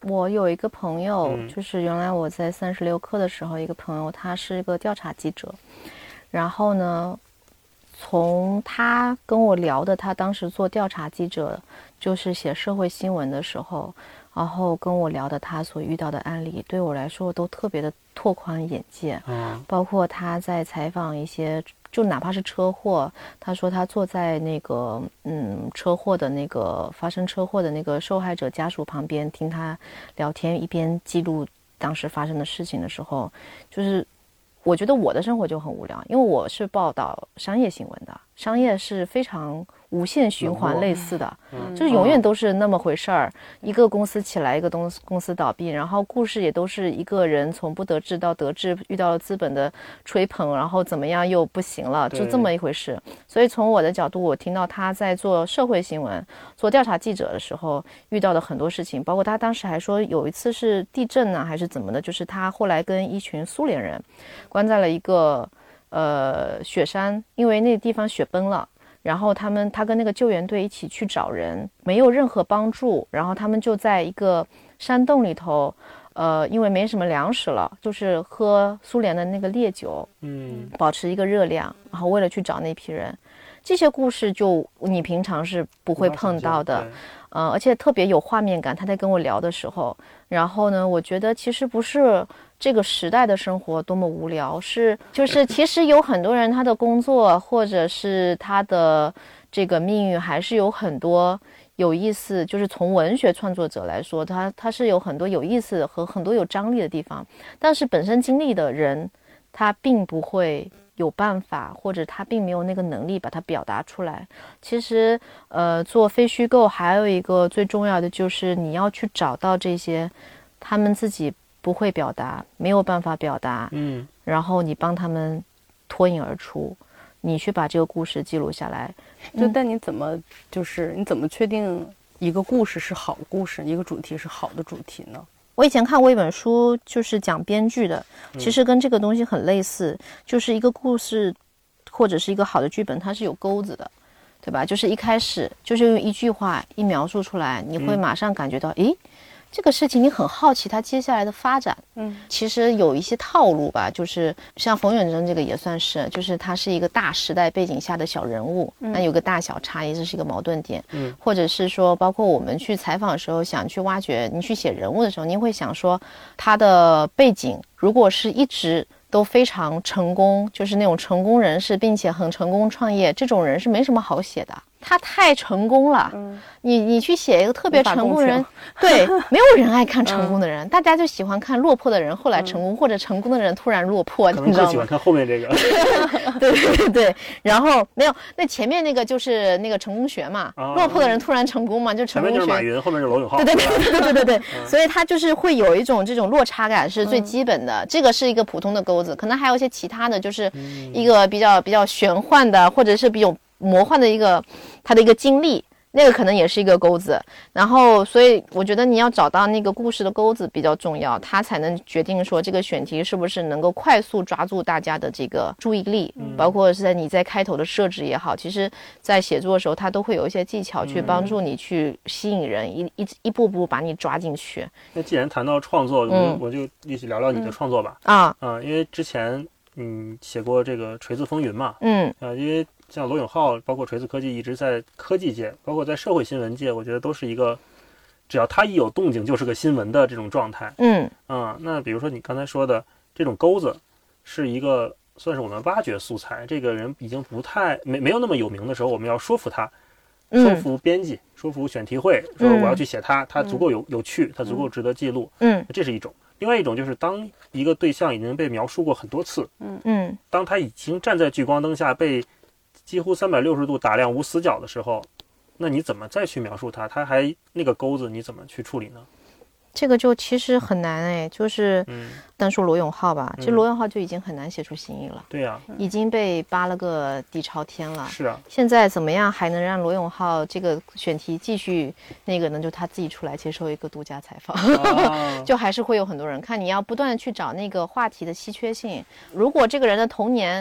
我有一个朋友， 嗯就是原来我在三十六课的时候，一个朋友，他是一个调查记者，然后呢，从他跟我聊的，他当时做调查记者，就是写社会新闻的时候，然后跟我聊的他所遇到的案例，对我来说都特别的拓宽眼界， 嗯包括他在采访一些，就哪怕是车祸，他说他坐在那个嗯车祸的那个发生车祸的那个受害者家属旁边听他聊天，一边记录当时发生的事情的时候，就是我觉得我的生活就很无聊，因为我是报道商业新闻的，商业是非常无限循环类似的， 嗯就是永远都是那么回事儿，一个公司起来，一个公司公司倒闭，然后故事也都是一个人从不得志到得志，遇到了资本的吹捧，然后怎么样又不行了，就这么一回事。所以从我的角度，我听到他在做社会新闻、做调查记者的时候遇到的很多事情，包括他当时还说有一次是地震啊还是怎么的，就是他后来跟一群苏联人关在了一个呃雪山，因为那个地方雪崩了。然后他们，他跟那个救援队一起去找人，没有任何帮助。然后他们就在一个山洞里头，呃，因为没什么粮食了，就是喝苏联的那个烈酒， 嗯， 保持一个热量。然后为了去找那批人，这些故事就你平常是不会碰到的，呃，而且特别有画面感。他在跟我聊的时候，然后呢，我觉得其实不是这个时代的生活多么无聊，是就是其实有很多人他的工作或者是他的这个命运还是有很多有意思，就是从文学创作者来说，他他是有很多有意思和很多有张力的地方，但是本身经历的人他并不会有办法，或者他并没有那个能力把它表达出来。其实呃，做非虚构还有一个最重要的就是你要去找到这些他们自己不会表达，没有办法表达， 嗯， 然后你帮他们脱颖而出，你去把这个故事记录下来。 就但你怎么就是你怎么确定一个故事是好故事，一个主题是好的主题呢？ 我以前看过一本书，就是讲编剧的，其实跟这个东西很类似，就是一个故事或者是一个好的剧本，它是有钩子的，对吧？就是一开始就是用一句话一描述出来，你会马上感觉到，诶、嗯，这个事情你很好奇它接下来的发展。嗯，其实有一些套路吧，就是像冯远征这个也算是，就是他是一个大时代背景下的小人物，那、嗯、有个大小差异，这是一个矛盾点。嗯，或者是说，包括我们去采访的时候，想去挖掘，你去写人物的时候，你会想说他的背景如果是一直都非常成功，就是那种成功人士，并且很成功创业，这种人是没什么好写的。他太成功了，嗯、你你去写一个特别成功的人，对，没有人爱看成功的人，嗯、大家就喜欢看落魄的人后来成功，嗯、或者成功的人突然落魄， 可你知道吗？ 能更喜欢看后面这个。 对对对对，然后没有，那前面那个就是那个成功学嘛，啊、落魄的人突然成功嘛，就成功学。 前面就是马云，后面是罗永浩。 对对对对对对对，嗯、所以他就是会有一种这种落差感是最基本的，嗯、这个是一个普通的钩子，可能还有一些其他的，就是一个比较比较玄幻的，或者是比较魔幻的一个他的一个经历，那个可能也是一个钩子。然后所以我觉得你要找到那个故事的钩子比较重要，它才能决定说这个选题是不是能够快速抓住大家的这个注意力，嗯、包括是在你在开头的设置也好，其实在写作的时候它都会有一些技巧去帮助你去吸引人，嗯、一一一步步把你抓进去。 那既然谈到创作，嗯、我就一起聊聊你的创作吧。 嗯、啊啊，因为之前嗯写过这个锤子风云嘛， 嗯啊，因为像罗永浩，包括锤子科技，一直在科技界，包括在社会新闻界，我觉得都是一个，只要他一有动静就是个新闻的这种状态。嗯啊，那比如说你刚才说的这种钩子，是一个算是我们挖掘素材，这个人已经不太没没有那么有名的时候，我们要说服他，说服编辑，说服选题会，说我要去写他，他足够有有趣，他足够值得记录。嗯，这是一种。另外一种就是当一个对象已经被描述过很多次，嗯嗯，当他已经站在聚光灯下被几乎三百六十度打亮无死角的时候，那你怎么再去描述它？它还那个钩子你怎么去处理呢？ 这个就其实很难哎，就是单说罗永浩吧，嗯、其实罗永浩就已经很难写出新意了。 对呀、啊， 已经被扒了个底朝天了。 是啊， 现在怎么样还能让罗永浩这个选题继续那个呢？就他自己出来接受一个独家采访，啊、就还是会有很多人看。你要不断的去找那个话题的稀缺性。如果这个人的童年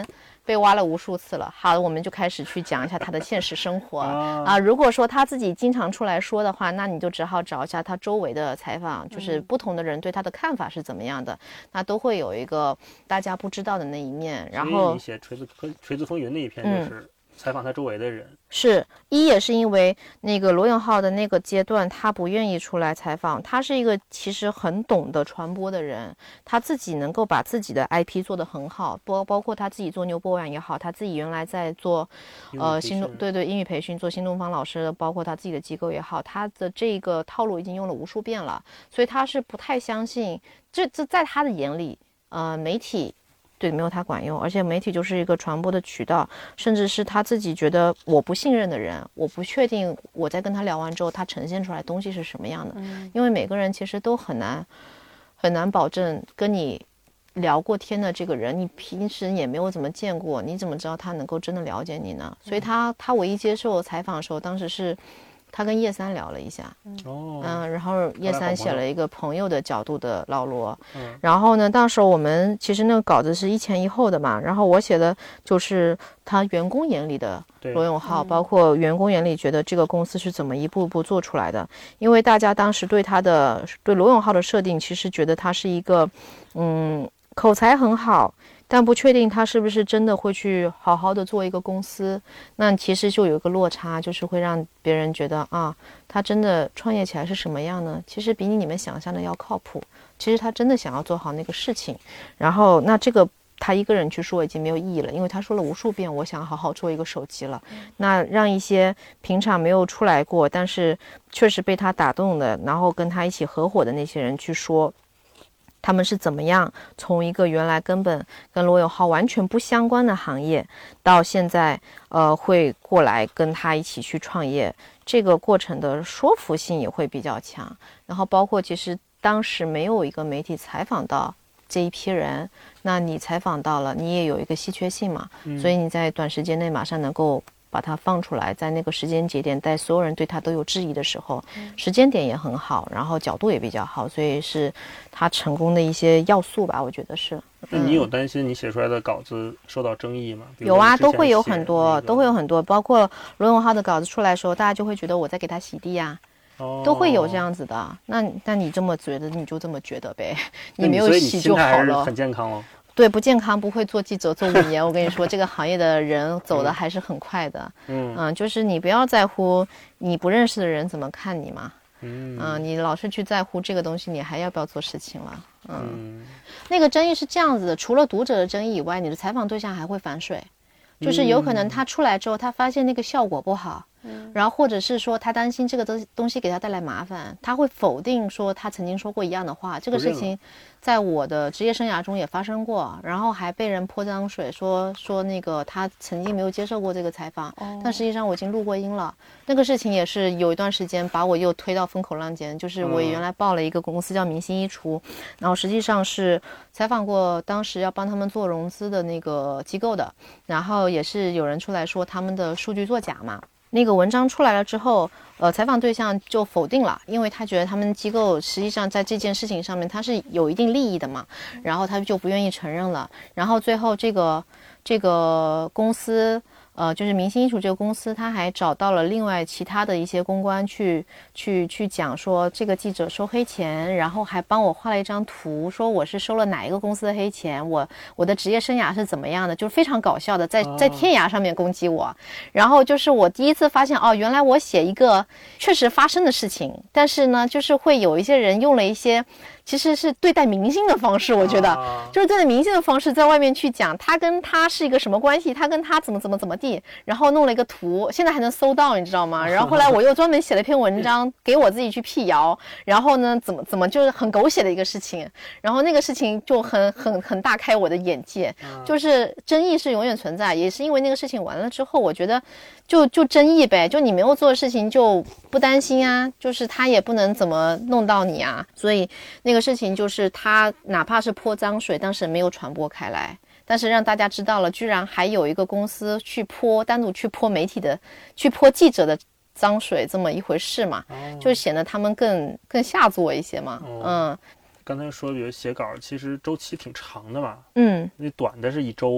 被挖了无数次了。好，我们就开始去讲一下他的现实生活啊啊。如果说他自己经常出来说的话，那你就只好找一下他周围的采访，就是不同的人对他的看法是怎么样的，那都会有一个大家不知道的那一面。然后你写锤子锤子风云那一篇就是采访他周围的人， 嗯、是一也是因为那个罗永浩的那个阶段，他不愿意出来采访，他是一个其实很懂得传播的人，他自己能够把自己的 I P 做得很好，包包括他自己做牛博晚也好，他自己原来在做呃新东对对英语培训做新东方老师，包括他自己的机构也好，他的这个套路已经用了无数遍了，所以他是不太相信，这这在他的眼里，呃，媒体。对，没有他管用，而且媒体就是一个传播的渠道，甚至是他自己觉得我不信任的人，我不确定我在跟他聊完之后，他呈现出来的东西是什么样的。嗯，因为每个人其实都很难很难保证跟你聊过天的这个人，你平时也没有怎么见过，你怎么知道他能够真的了解你呢？所以他他唯一接受采访的时候，当时是他跟叶三聊了一下， 哦， 嗯，然后叶三写了一个朋友的角度的老罗， 嗯， 然后呢，当时我们其实那个稿子是一前一后的嘛，然后我写的就是他员工眼里的罗永浩，包括员工眼里觉得这个公司是怎么一步一步做出来的，因为大家当时对他的对罗永浩的设定，其实觉得他是一个，嗯，口才很好。但不确定他是不是真的会去好好的做一个公司，那其实就有一个落差，就是会让别人觉得啊，他真的创业起来是什么样呢？其实比你们想象的要靠谱。其实他真的想要做好那个事情，然后那这个他一个人去说已经没有意义了，因为他说了无数遍，我想好好做一个手机了。那让一些平常没有出来过，但是确实被他打动的，然后跟他一起合伙的那些人去说。他们是怎么样从一个原来根本跟罗永浩完全不相关的行业，到现在呃会过来跟他一起去创业，这个过程的说服性也会比较强。然后包括其实当时没有一个媒体采访到这一批人，那你采访到了，你也有一个稀缺性嘛，嗯、所以你在短时间内马上能够把它放出来，在那个时间节点，在所有人对他都有质疑的时候，时间点也很好，然后角度也比较好，所以是他成功的一些要素吧，我觉得是。 那你有担心你写出来的稿子受到争议吗？ 有啊，都会有很多，都会有很多，包括罗永浩的稿子出来的时候，大家就会觉得我在给他洗地呀、啊哦、都会有这样子的。那那你这么觉得，你就这么觉得呗，你没有洗就好了。 很健康哦。 对，不健康不会做记者做五年，我跟你说，这个行业的人走的还是很快的。嗯嗯，就是你不要在乎你不认识的人怎么看你嘛。嗯嗯，你老是去在乎这个东西，你还要不要做事情了？嗯，嗯那个争议是这样子的，除了读者的争议以外，你的采访对象还会反水，就是有可能他出来之后，他发现那个效果不好。嗯，然后或者是说他担心这个东东西给他带来麻烦，他会否定说他曾经说过一样的话。这个事情在我的职业生涯中也发生过，然后还被人泼脏水，说说那个他曾经没有接受过这个采访，哦、但实际上我已经录过音了。那个事情也是有一段时间把我又推到风口浪尖，就是我原来报了一个公司叫明星衣橱，然后实际上是采访过当时要帮他们做融资的那个机构的，然后也是有人出来说他们的数据作假嘛。那个文章出来了之后，呃，采访对象就否定了，因为他觉得他们机构实际上在这件事情上面他是有一定利益的嘛，然后他就不愿意承认了。然后最后这个这个公司，呃，就是明星衣橱这个公司，他还找到了另外其他的一些公关去去去讲说这个记者收黑钱，然后还帮我画了一张图，说我是收了哪一个公司的黑钱，我我的职业生涯是怎么样的，就是非常搞笑的，在在天涯上面攻击我。然后就是我第一次发现，哦，原来我写一个确实发生的事情，但是呢，就是会有一些人用了一些其实是对待明星的方式，我觉得、啊、就是对待明星的方式，在外面去讲他跟他是一个什么关系，他跟他怎么怎么怎么地，然后弄了一个图，现在还能搜到，你知道吗？然后后来我又专门写了一篇文章给我自己去辟谣，然后呢，怎么怎么就是很狗血的一个事情，然后那个事情就很很很大开我的眼界，就是争议是永远存在，也是因为那个事情完了之后，我觉得就就争议呗，就你没有做的事情就不担心啊，就是他也不能怎么弄到你啊，所以那个事情就是他哪怕是泼脏水，当时没有传播开来，但是让大家知道了，居然还有一个公司去泼单独去泼媒体的，去泼记者的脏水这么一回事嘛，哦、就显得他们更更下作一些嘛。哦、嗯， 刚才说比如写稿其实周期挺长的嘛， 嗯， 那短的是一周，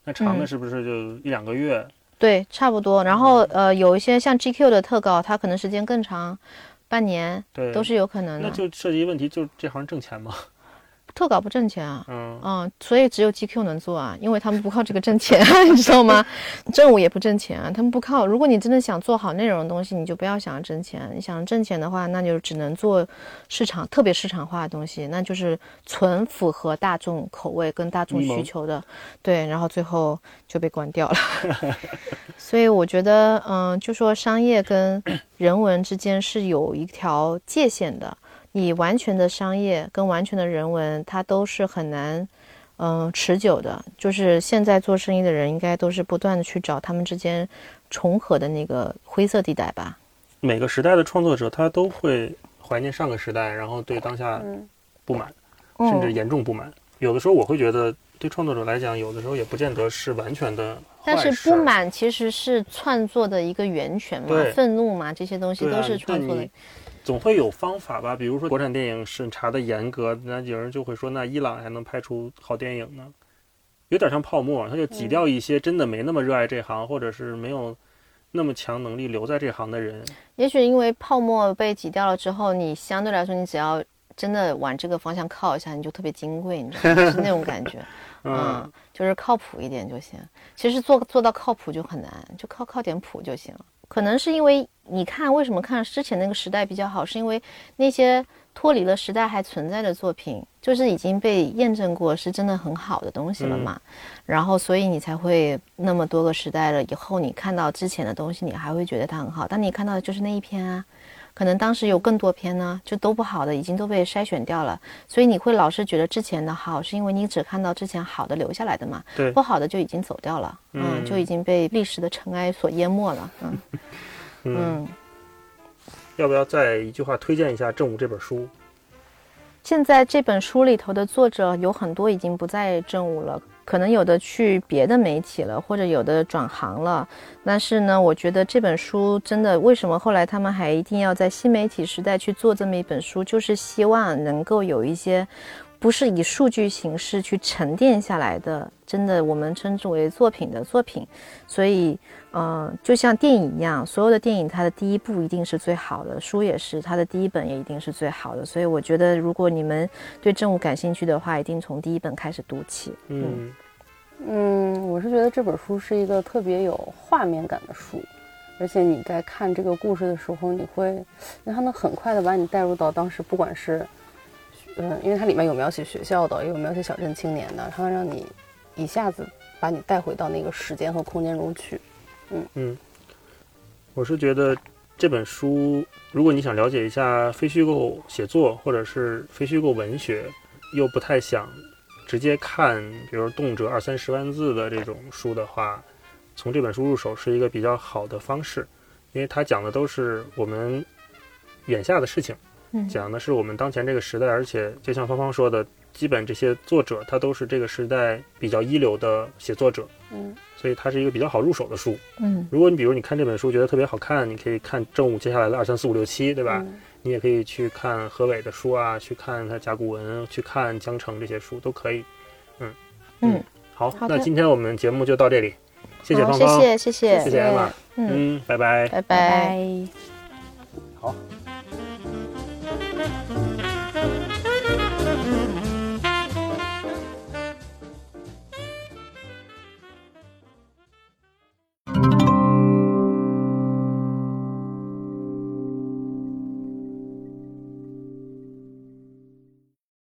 那长的嗯是不是就一两个月？ 对，差不多。然后呃，有一些像 G Q 的特稿，它可能时间更长，半年对， 都是有可能的。 那就涉及问题，就这行挣钱吗？ 特稿不挣钱啊， 嗯嗯，所以只有 G Q 能做啊，因为他们不靠这个挣钱，你知道吗？政务也不挣钱啊，他们不靠。如果你真的想做好内容的东西，你就不要想着挣钱。你想挣钱的话，那就只能做市场特别市场化的东西，那就是纯符合大众口味跟大众需求的，对，然后最后就被关掉了。所以我觉得，嗯，就说商业跟人文之间是有一条界限的。你完全的商业跟完全的人文，它都是很难，嗯、呃，持久的。就是现在做生意的人，应该都是不断的去找他们之间重合的那个灰色地带吧。 每个时代的创作者，他都会怀念上个时代，然后对当下不满， 嗯、 甚至严重不满。有的时候我会觉得，对创作者来讲，有的时候也不见得是完全的坏事。 但是不满其实是创作的一个源泉嘛，愤怒嘛，这些东西都是创作的。 总会有方法吧，比如说国产电影审查的严格，那有人就会说，那伊朗还能拍出好电影呢？有点像泡沫，它就挤掉一些真的没那么热爱这行，嗯、或者是没有那么强能力留在这行的人。 也许因为泡沫被挤掉了之后，你相对来说，你只要真的往这个方向靠一下，你就特别金贵，你知道吗？是那种感觉。嗯, 嗯，就是靠谱一点就行。其实做做到靠谱就很难，就靠靠点谱就行了。可能是因为你看为什么看之前那个时代比较好，是因为那些脱离了时代还存在的作品，就是已经被验证过是真的很好的东西了嘛。嗯、然后所以你才会那么多个时代了以后，你看到之前的东西，你还会觉得它很好。但你看到的就是那一篇啊。可能当时有更多篇呢，就都不好的，已经都被筛选掉了，所以你会老是觉得之前的好，是因为你只看到之前好的留下来的嘛， 对， 不好的就已经走掉了，嗯，嗯就已经被历史的尘埃所淹没了，嗯嗯, 嗯。 要不要再一句话推荐一下《正午》这本书？ 现在这本书里头的作者有很多已经不在正午了。可能有的去别的媒体了，或者有的转行了，但是呢，我觉得这本书真的，为什么后来他们还一定要在新媒体时代去做这么一本书，就是希望能够有一些不是以数据形式去沉淀下来的，真的我们称之为作品的作品。所以嗯、呃，就像电影一样，所有的电影它的第一部一定是最好的，书也是，它的第一本也一定是最好的。所以我觉得如果你们对正午感兴趣的话，一定从第一本开始读起。 嗯嗯，我是觉得这本书是一个特别有画面感的书，而且你在看这个故事的时候，你会让它能很快的把你带入到当时，不管是嗯，因为它里面有描写学校的，也有描写小镇青年的，它能让你一下子把你带回到那个时间和空间中去。嗯嗯，我是觉得这本书，如果你想了解一下非虚构写作或者是非虚构文学，又不太想直接看比如动辄二三十万字的这种书的话，从这本书入手是一个比较好的方式，因为它讲的都是我们眼下的事情，讲的是我们当前这个时代，而且就像芳芳说的，基本这些作者他都是这个时代比较一流的写作者， 嗯， 所以它是一个比较好入手的书。 嗯， 如果你比如你看这本书觉得特别好看，你可以看正午接下来的二三四五六七，对吧？ 嗯， 你也可以去看何伟的书啊，去看他甲骨文，去看江城这些书都可以。嗯嗯， 好，那今天我们节目就到这里，谢谢芳芳， 谢谢谢谢谢谢艾玛， 嗯嗯，拜拜， 拜拜。 好。